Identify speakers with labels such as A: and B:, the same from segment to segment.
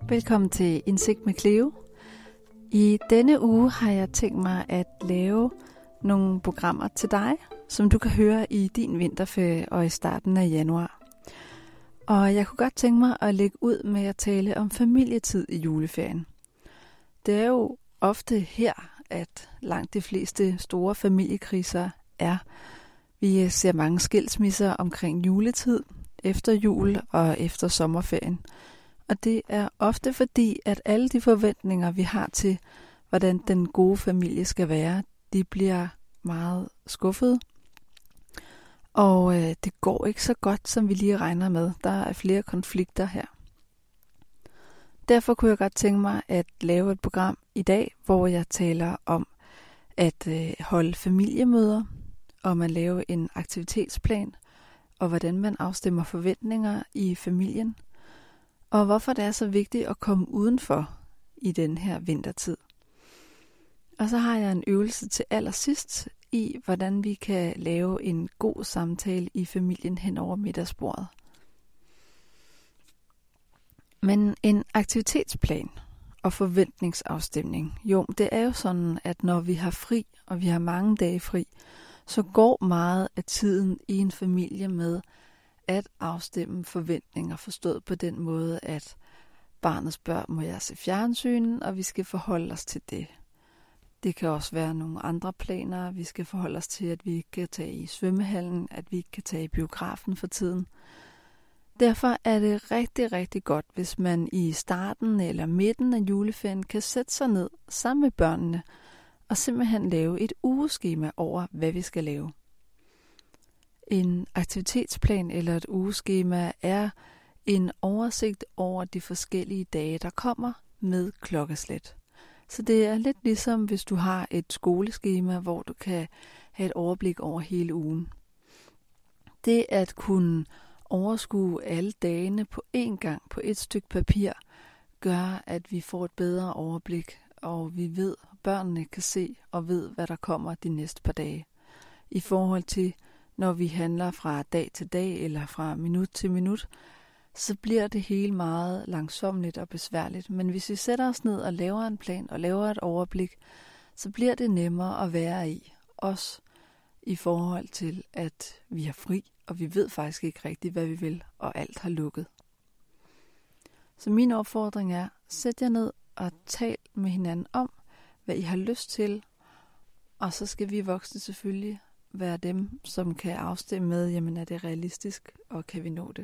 A: Velkommen til Indsigt med Cleo. I denne uge har jeg tænkt mig at lave nogle programmer til dig, som du kan høre i din vinterferie og i starten af januar. Og jeg kunne godt tænke mig at lægge ud med at tale om familietid i juleferien. Det er jo ofte her, at langt de fleste store familiekriser er. Vi ser mange skilsmisser omkring juletid, efter jul og efter sommerferien. Og det er ofte fordi, at alle de forventninger, vi har til, hvordan den gode familie skal være, de bliver meget skuffede. Og det går ikke så godt, som vi lige regner med. Der er flere konflikter her. Derfor kunne jeg godt tænke mig at lave et program i dag, hvor jeg taler om at holde familiemøder, om at lave en aktivitetsplan, og hvordan man afstemmer forventninger i familien, og hvorfor det er så vigtigt at komme udenfor i den her vintertid. Og så har jeg en øvelse til allersidst i, hvordan vi kan lave en god samtale i familien hen over middagsbordet. Men en aktivitetsplan og forventningsafstemning, jo, det er jo sådan, at når vi har fri, og vi har mange dage fri, så går meget af tiden i en familie med at afstemme forventninger, forstået på den måde, at barnet spørger, må jeg se fjernsynen, og vi skal forholde os til det. Det kan også være nogle andre planer. Vi skal forholde os til, at vi ikke kan tage i svømmehallen, at vi ikke kan tage i biografen for tiden. Derfor er det rigtig, rigtig godt, hvis man i starten eller midten af juleferien kan sætte sig ned sammen med børnene og simpelthen lave et ugeskema over, hvad vi skal lave. En aktivitetsplan eller et ugeskema er en oversigt over de forskellige dage, der kommer med klokkeslæt. Så det er lidt ligesom, hvis du har et skoleskema, hvor du kan have et overblik over hele ugen. Det at kunne overskue alle dagene på én gang på et stykke papir, gør, at vi får et bedre overblik, og vi ved, at børnene kan se og ved, hvad der kommer de næste par dage. I forhold til, når vi handler fra dag til dag eller fra minut til minut, så bliver det hele meget langsommeligt og besværligt. Men hvis vi sætter os ned og laver en plan og laver et overblik, så bliver det nemmere at være i. Også i forhold til, at vi har fri, og vi ved faktisk ikke rigtigt, hvad vi vil, og alt har lukket. Så min opfordring er, sæt jer ned og tal med hinanden om, hvad I har lyst til, og så skal vi voksne selvfølgelig være dem, som kan afstemme med, jamen er det realistisk, og kan vi nå det.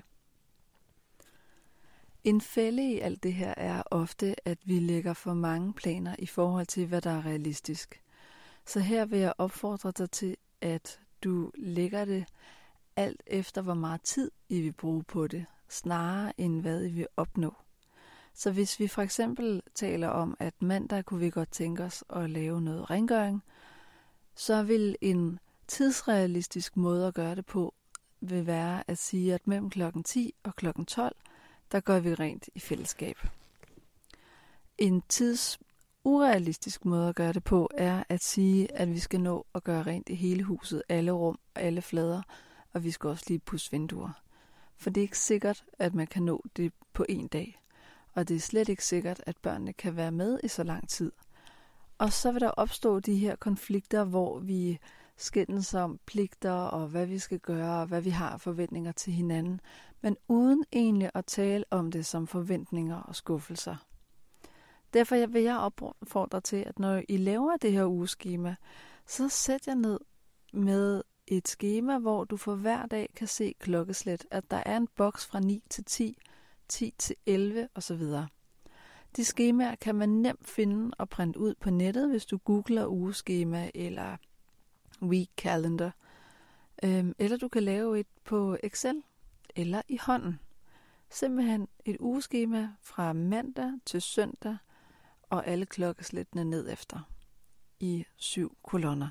A: En fælde i alt det her er ofte, at vi lægger for mange planer i forhold til, hvad der er realistisk. Så her vil jeg opfordre dig til, at du lægger det alt efter, hvor meget tid I vil bruge på det, snarere end hvad I vil opnå. Så hvis vi for eksempel taler om, at mandag kunne vi godt tænke os at lave noget rengøring, så vil en tidsrealistisk måde at gøre det på, vil være at sige, at mellem klokken 10 og klokken 12, der gør vi rent i fællesskab. En tidsurealistisk måde at gøre det på, er at sige, at vi skal nå at gøre rent i hele huset, alle rum og alle flader, og vi skal også lige pudse vinduer. For det er ikke sikkert, at man kan nå det på en dag, og det er slet ikke sikkert, at børnene kan være med i så lang tid. Og så vil der opstå de her konflikter, hvor vi skændes om pligter og hvad vi skal gøre og hvad vi har forventninger til hinanden, men uden egentlig at tale om det som forventninger og skuffelser. Derfor vil jeg opfordre til, at når I laver det her ugeskema, så sæt jer ned med et skema, hvor du for hver dag kan se klokkeslæt, at der er en boks fra 9 til 10, 10 til 11 osv. De skemaer kan man nemt finde og printe ud på nettet, hvis du googler ugeskema eller week calendar. Eller du kan lave et på Excel eller i hånden. Simpelthen et ugeskema fra mandag til søndag og alle klokkeslættene ned efter i 7 kolonner.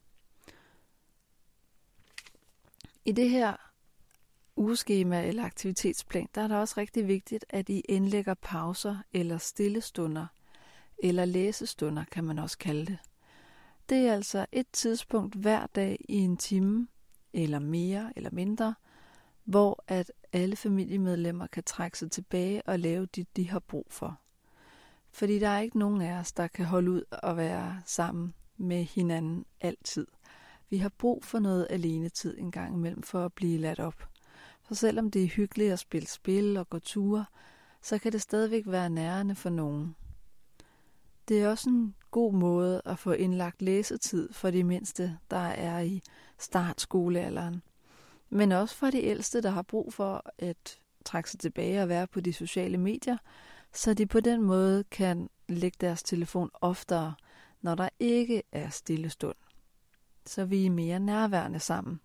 A: I det her ugeskema eller aktivitetsplan, der er det også rigtig vigtigt, at I indlægger pauser eller stillestunder, eller læsestunder kan man også kalde det. Det er altså et tidspunkt hver dag i en time, eller mere eller mindre, hvor at alle familiemedlemmer kan trække sig tilbage og lave det, de har brug for. Fordi der er ikke nogen af os, der kan holde ud og være sammen med hinanden altid. Vi har brug for noget alenetid en gang imellem for at blive ladt op. For selvom det er hyggeligt at spille spil og gå ture, så kan det stadigvæk være nærende for nogen. Det er også en god måde at få indlagt læsetid for de mindste, der er i startskolealderen. Men også for de ældste, der har brug for at trække sig tilbage og være på de sociale medier, så de på den måde kan lægge deres telefon oftere, når der ikke er stille stund. Så vi er mere nærværende sammen.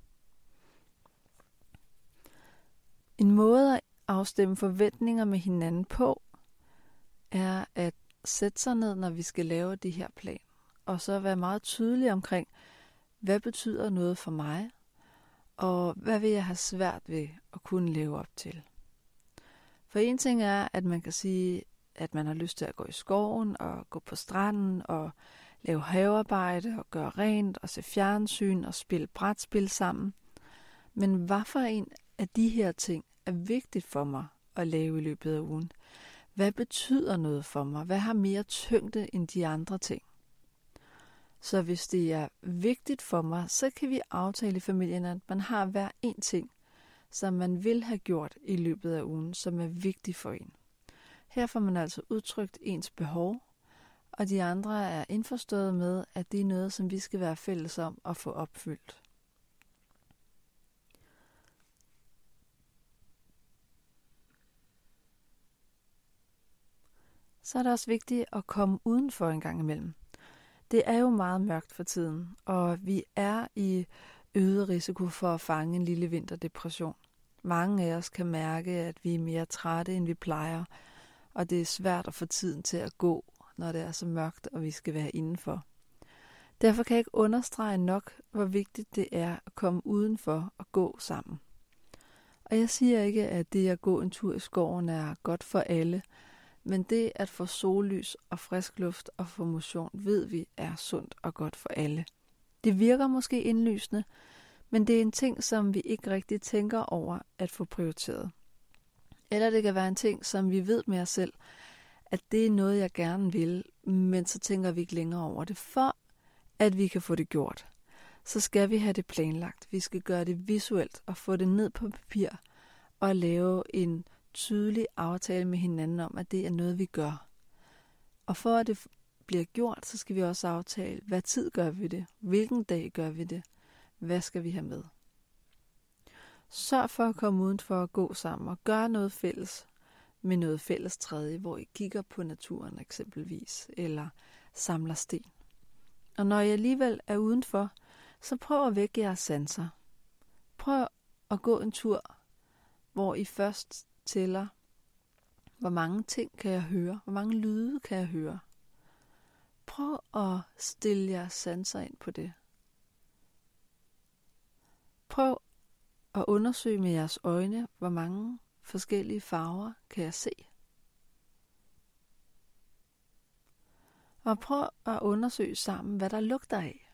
A: En måde at afstemme forventninger med hinanden på, er at sætte sig ned, når vi skal lave de her plan, og så være meget tydelig omkring, hvad betyder noget for mig, og hvad vil jeg have svært ved at kunne leve op til. For en ting er, at man kan sige, at man har lyst til at gå i skoven og gå på stranden og lave havearbejde og gøre rent og se fjernsyn og spille brætspil sammen. Men hvad for en af de her ting er vigtigt for mig at lave i løbet af ugen? Hvad betyder noget for mig? Hvad har mere tyngde end de andre ting? Så hvis det er vigtigt for mig, så kan vi aftale i familien, at man har hver en ting, som man vil have gjort i løbet af ugen, som er vigtig for en. Her får man altså udtrykt ens behov, og de andre er indforstået med, at det er noget, som vi skal være fælles om at få opfyldt. Så er det også vigtigt at komme udenfor en gang imellem. Det er jo meget mørkt for tiden, og vi er i øget risiko for at fange en lille vinterdepression. Mange af os kan mærke, at vi er mere trætte, end vi plejer, og det er svært at få tiden til at gå, når det er så mørkt, og vi skal være indenfor. Derfor kan jeg ikke understrege nok, hvor vigtigt det er at komme udenfor og gå sammen. Og jeg siger ikke, at det at gå en tur i skoven er godt for alle, men det at få sollys og frisk luft og få motion, ved vi er sundt og godt for alle. Det virker måske indlysende, men det er en ting, som vi ikke rigtig tænker over at få prioriteret. Eller det kan være en ting, som vi ved med os selv, at det er noget, jeg gerne vil, men så tænker vi ikke længere over det. For at vi kan få det gjort, så skal vi have det planlagt. Vi skal gøre det visuelt og få det ned på papir og lave en tydelig aftale med hinanden om, at det er noget, vi gør. Og for at det bliver gjort, så skal vi også aftale, hvad tid gør vi det, hvilken dag gør vi det, hvad skal vi have med. Sørg for at komme udenfor at gå sammen og gøre noget fælles med noget fælles tredje, hvor I kigger på naturen eksempelvis, eller samler sten. Og når I alligevel er udenfor, så prøv at vække jeres sanser. Prøv at gå en tur, hvor I først tæller, hvor mange ting kan jeg høre, hvor mange lyde kan jeg høre. Prøv at stille jeres sanser ind på det. Prøv at undersøge med jeres øjne, hvor mange forskellige farver kan jeg se. Og prøv at undersøge sammen, hvad der lugter af.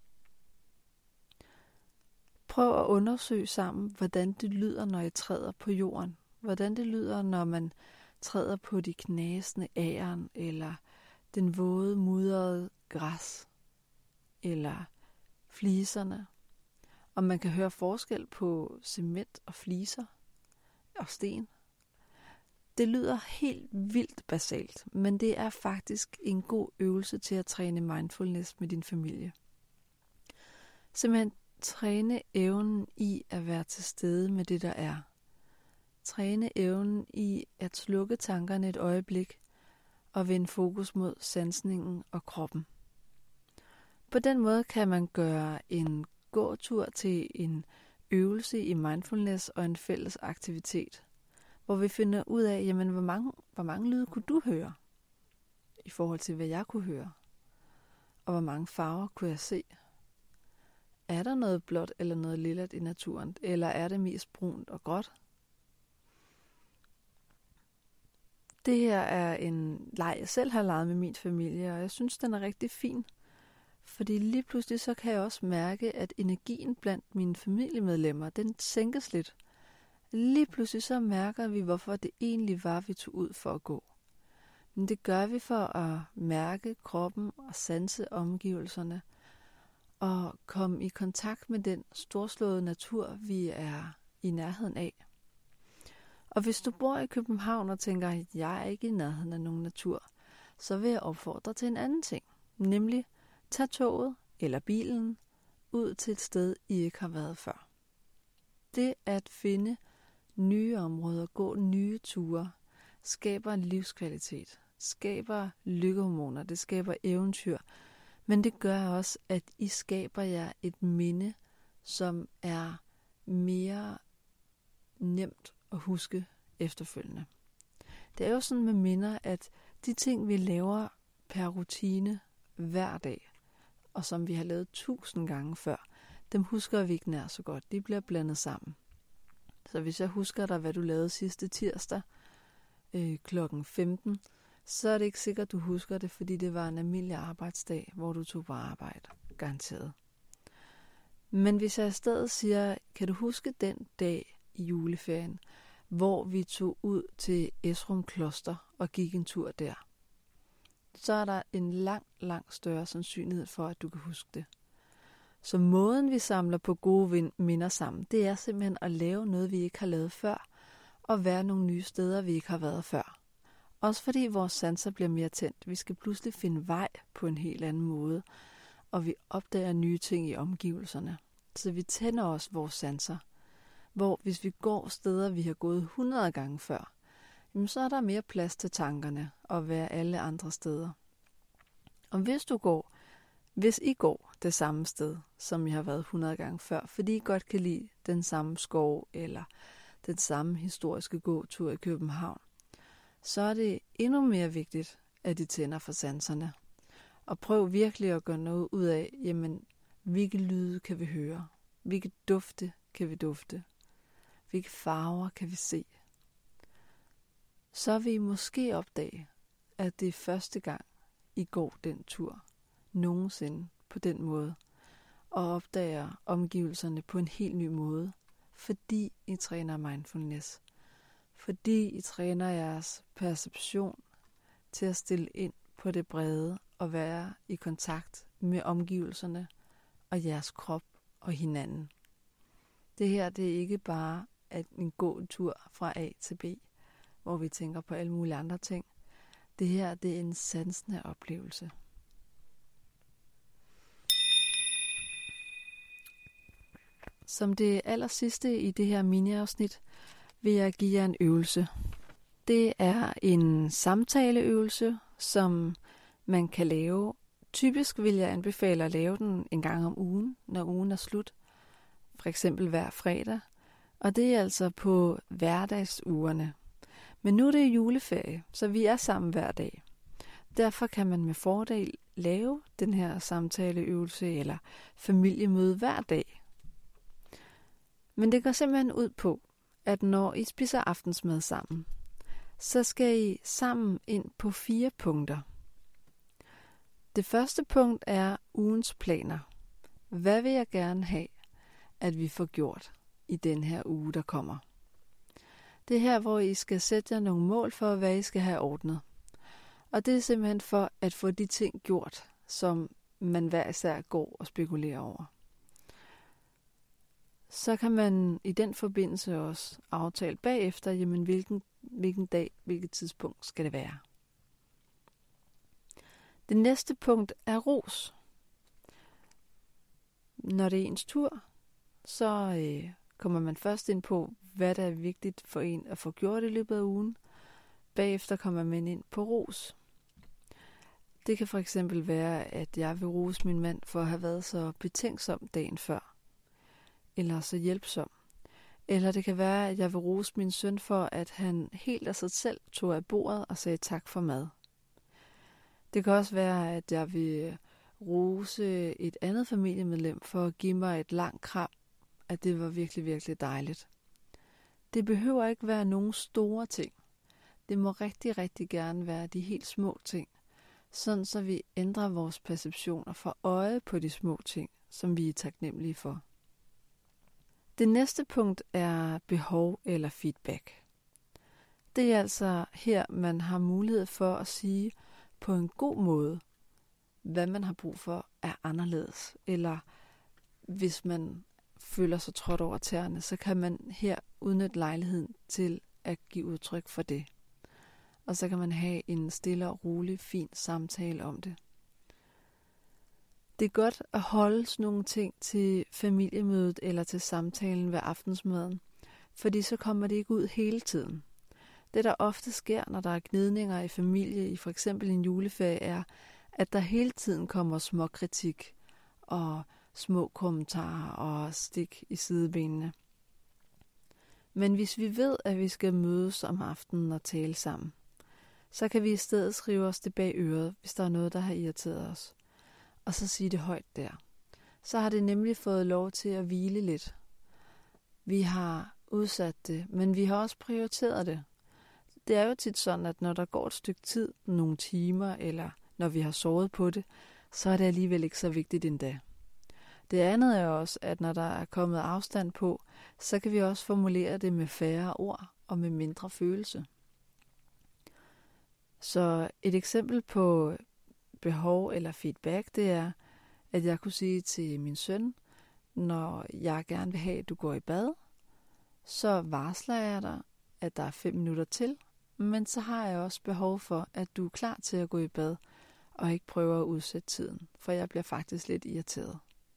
A: Prøv at undersøge sammen, hvordan det lyder, når I træder på jorden. Hvordan det lyder, når man træder på de knasende æren, eller den våde, mudrede græs, eller fliserne. Og man kan høre forskel på cement og fliser og sten. Det lyder helt vildt basalt, men det er faktisk en god øvelse til at træne mindfulness med din familie. Simpelthen træne evnen i at være til stede med det, der er. Træne evnen i at slukke tankerne et øjeblik og vende fokus mod sansningen og kroppen. På den måde kan man gøre en gåtur til en øvelse i mindfulness og en fælles aktivitet, hvor vi finder ud af, jamen, hvor mange lyde kunne du høre, i forhold til hvad jeg kunne høre, og hvor mange farver kunne jeg se. Er der noget blåt eller noget lilla i naturen, eller er det mest brunt og gråt? Det her er en leg, jeg selv har leget med min familie, og jeg synes, den er rigtig fin. Fordi lige pludselig så kan jeg også mærke, at energien blandt mine familiemedlemmer, den sænkes lidt. Lige pludselig så mærker vi, hvorfor det egentlig var, vi tog ud for at gå. Men det gør vi for at mærke kroppen og sanse omgivelserne og komme i kontakt med den storslåede natur, vi er i nærheden af. Og hvis du bor i København og tænker, at jeg er ikke i nærheden af nogen natur, så vil jeg opfordre til en anden ting, nemlig tag toget eller bilen ud til et sted, I ikke har været før. Det at finde nye områder, gå nye ture, skaber en livskvalitet, skaber lykkehormoner, det skaber eventyr, men det gør også, at I skaber jer et minde, som er mere nemt at huske efterfølgende. Det er jo sådan med minder, at de ting, vi laver per rutine hver dag, og som vi har lavet 1000 gange før, dem husker vi ikke nær så godt. De bliver blandet sammen. Så hvis jeg husker dig, hvad du lavede sidste tirsdag klokken 15, så er det ikke sikkert, du husker det, fordi det var en almindelig arbejdsdag, hvor du tog på arbejde. Garanteret. Men hvis jeg i stedet siger, kan du huske den dag i juleferien, hvor vi tog ud til Esrum Kloster og gik en tur der, så er der en langt større sandsynlighed for, at du kan huske det. Så måden, vi samler på gode minder sammen, det er simpelthen at lave noget, vi ikke har lavet før, og være nogle nye steder, vi ikke har været før. Også fordi vores sanser bliver mere tændt. Vi skal pludselig finde vej på en helt anden måde, og vi opdager nye ting i omgivelserne. Så vi tænder også vores sanser. Hvor hvis vi går steder, vi har gået 100 gange før, jamen så er der mere plads til tankerne og være alle andre steder. Og hvis I går det samme sted, som I har været 100 gange før, fordi I godt kan lide den samme skov eller den samme historiske gåtur i København, så er det endnu mere vigtigt, at I tænder for sanserne. Og prøv virkelig at gøre noget ud af, jamen, hvilke lyde kan vi høre? Hvilke dufte kan vi dufte? Hvilke farver kan vi se? Så vil I måske opdage, at det er første gang, I går den tur nogensinde på den måde, og opdager omgivelserne på en helt ny måde, fordi I træner mindfulness. Fordi I træner jeres perception til at stille ind på det brede og være i kontakt med omgivelserne og jeres krop og hinanden. Det her, det er ikke bare en gåtur fra A til B, hvor vi tænker på alle mulige andre ting. Det her, det er en sansende oplevelse. Som det allersidste i det her mini-afsnit, vil jeg give jer en øvelse. Det er en samtaleøvelse, som man kan lave. Typisk vil jeg anbefale at lave den en gang om ugen, når ugen er slut. For eksempel hver fredag. Og det er altså på hverdagsugerne. Men nu er det juleferie, så vi er sammen hver dag. Derfor kan man med fordel lave den her samtaleøvelse eller familiemøde hver dag. Men det går simpelthen ud på, at når I spiser aftensmad sammen, så skal I sammen ind på 4 punkter. Det første punkt er ugens planer. Hvad vil jeg gerne have, at vi får gjort i den her uge, der kommer? Det er her, hvor I skal sætte jer nogle mål for, hvad I skal have ordnet. Og det er simpelthen for at få de ting gjort, som man hver især går og spekulerer over. Så kan man i den forbindelse også aftale bagefter, jamen hvilken dag, hvilket tidspunkt skal det være. Det næste punkt er ros. Når det er ens tur, så kommer man først ind på, hvad der er vigtigt for en at få gjort i løbet af ugen. Bagefter kommer man ind på ros. Det kan for eksempel være, at jeg vil rose min mand for at have været så betænksom dagen før. Eller så hjælpsom. Eller det kan være, at jeg vil rose min søn for, at han helt af sig selv tog af bordet og sagde tak for mad. Det kan også være, at jeg vil rose et andet familiemedlem for at give mig et langt kram, at det var virkelig, virkelig dejligt. Det behøver ikke være nogen store ting. Det må rigtig, rigtig gerne være de helt små ting, sådan så vi ændrer vores perception og får øje på de små ting, som vi er taknemmelige for. Det næste punkt er behov eller feedback. Det er altså her, man har mulighed for at sige på en god måde, hvad man har brug for er anderledes. Eller hvis man føler sig trådt over tæerne, så kan man her udnytte lejligheden til at give udtryk for det. Og så kan man have en stille og rolig, fin samtale om det. Det er godt at holde sådan nogle ting til familiemødet eller til samtalen ved aftensmaden, fordi så kommer det ikke ud hele tiden. Det, der ofte sker, når der er gnidninger i familie, i for eksempel en juleferie, er, at der hele tiden kommer små kritik og små kommentarer og stik i sidebenene. Men hvis vi ved, at vi skal mødes om aftenen og tale sammen, så kan vi i stedet skrive os det bag øret, hvis der er noget, der har irriteret os. Og så sige det højt der. Så har det nemlig fået lov til at hvile lidt. Vi har udsat det, men vi har også prioriteret det. Det er jo tit sådan, at når der går et stykke tid, nogle timer, eller når vi har sovet på det, så er det alligevel ikke så vigtigt endda. Det andet er også, at når der er kommet afstand på, så kan vi også formulere det med færre ord og med mindre følelse. Så et eksempel på behov eller feedback, det er, at jeg kunne sige til min søn, når jeg gerne vil have, at du går i bad, så varsler jeg dig, at der er 5 minutter til, men så har jeg også behov for, at du er klar til at gå i bad, og ikke prøver at udsætte tiden, for jeg bliver faktisk lidt irriteret.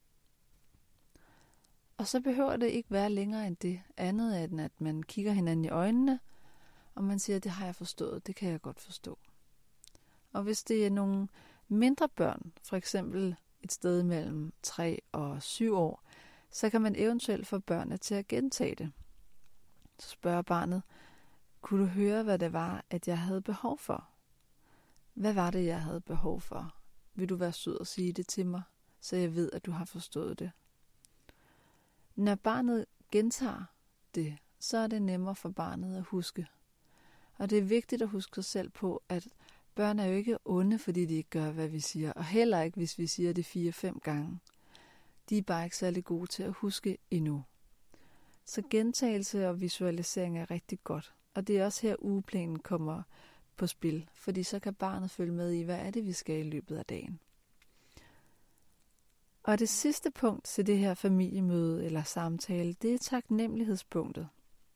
A: Og så behøver det ikke være længere end det andet, end at man kigger hinanden i øjnene, og man siger, det har jeg forstået, det kan jeg godt forstå. Og hvis det er nogle mindre børn, for eksempel et sted mellem 3 og 7 år, så kan man eventuelt få børnene til at gentage det. Så spørger barnet, kunne du høre, hvad det var, at jeg havde behov for? Hvad var det, jeg havde behov for? Vil du være sød og sige det til mig, så jeg ved, at du har forstået det? Når barnet gentager det, så er det nemmere for barnet at huske. Og det er vigtigt at huske sig selv på, at børn er jo ikke onde, fordi de ikke gør, hvad vi siger. Og heller ikke, hvis vi siger det 4-5 gange. De er bare ikke særlig gode til at huske endnu. Så gentagelse og visualisering er rigtig godt. Og det er også her, ugeplanen kommer på spil. Fordi så kan barnet følge med i, hvad er det, vi skal i løbet af dagen. Og det sidste punkt til det her familiemøde eller samtale, det er taknemmelighedspunktet.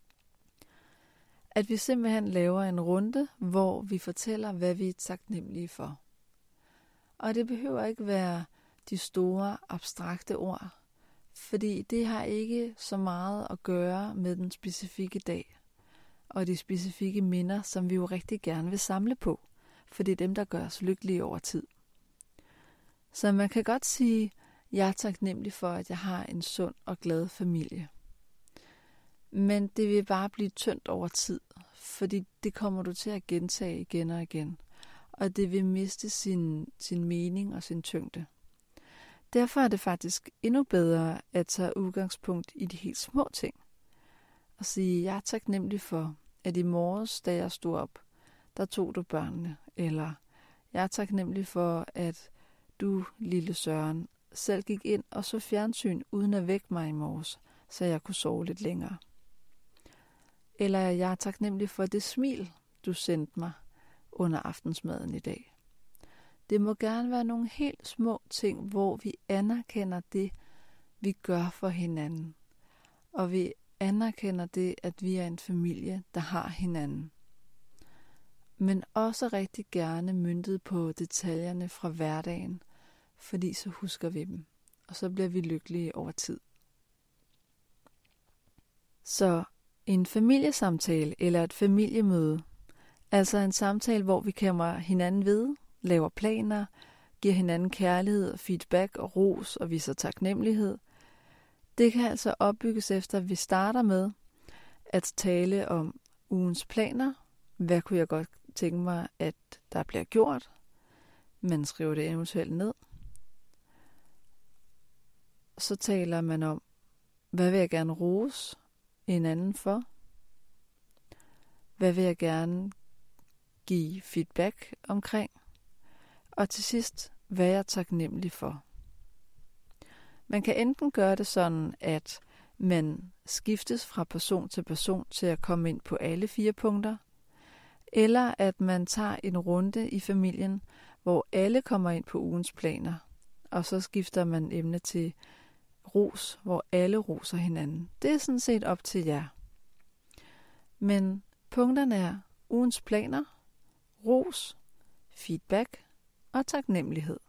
A: At vi simpelthen laver en runde, hvor vi fortæller, hvad vi er taknemmelige for. Og det behøver ikke være de store, abstrakte ord, fordi det har ikke så meget at gøre med den specifikke dag og de specifikke minder, som vi jo rigtig gerne vil samle på, for det er dem, der gør os lykkelige over tid. Så man kan godt sige, jeg er taknemmelig for, at jeg har en sund og glad familie. Men det vil bare blive tyndt over tid, fordi det kommer du til at gentage igen og igen, og det vil miste sin mening og sin tyngde. Derfor er det faktisk endnu bedre at tage udgangspunkt i de helt små ting, og sige, jeg er taknemmelig for, at i morges, da jeg stod op, der tog du børnene, eller jeg er taknemmelig for, at du, lille Søren, selv gik ind og så fjernsyn uden at vække mig i morges, så jeg kunne sove lidt længere. Eller jeg er taknemmelig for det smil, du sendte mig under aftensmaden i dag. Det må gerne være nogle helt små ting, hvor vi anerkender det, vi gør for hinanden. Og vi anerkender det, at vi er en familie, der har hinanden. Men også rigtig gerne møntet på detaljerne fra hverdagen, fordi så husker vi dem, og så bliver vi lykkelige over tid. Så en familiesamtale eller et familiemøde, altså en samtale, hvor vi kommer hinanden ved, laver planer, giver hinanden kærlighed, feedback og ros og viser taknemmelighed. Det kan altså opbygges efter, at vi starter med at tale om ugens planer. Hvad kunne jeg godt tænke mig, at der bliver gjort? Man skriver det eventuelt ned. Så taler man om, hvad vil jeg gerne rose en anden for? Hvad vil jeg gerne give feedback omkring? Og til sidst, hvad er jeg taknemmelig for? Man kan enten gøre det sådan, at man skiftes fra person til person til at komme ind på alle 4 punkter, eller at man tager en runde i familien, hvor alle kommer ind på ugens planer, og så skifter man emne til ros, hvor alle roser hinanden. Det er sådan set op til jer. Men punkterne er ugens planer, ros, feedback og taknemmelighed.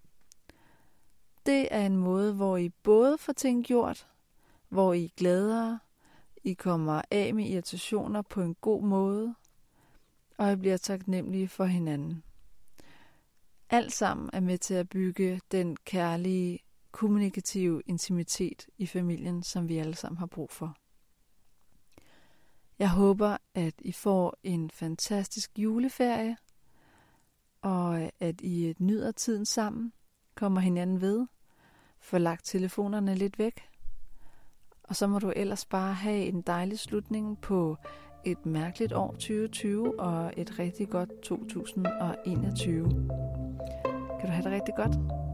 A: Det er en måde, hvor I både får ting gjort, hvor I er gladere, I kommer af med irritationer på en god måde, og I bliver taknemmelige for hinanden. Alt sammen er med til at bygge den kærlige, kommunikative intimitet i familien, som vi alle sammen har brug for. Jeg håber, at I får en fantastisk juleferie, og at I nyder tiden sammen, kommer hinanden ved, får lagt telefonerne lidt væk, og så må du ellers bare have en dejlig slutning på et mærkeligt år 2020 og et rigtig godt 2021. Kan du have det rigtig godt?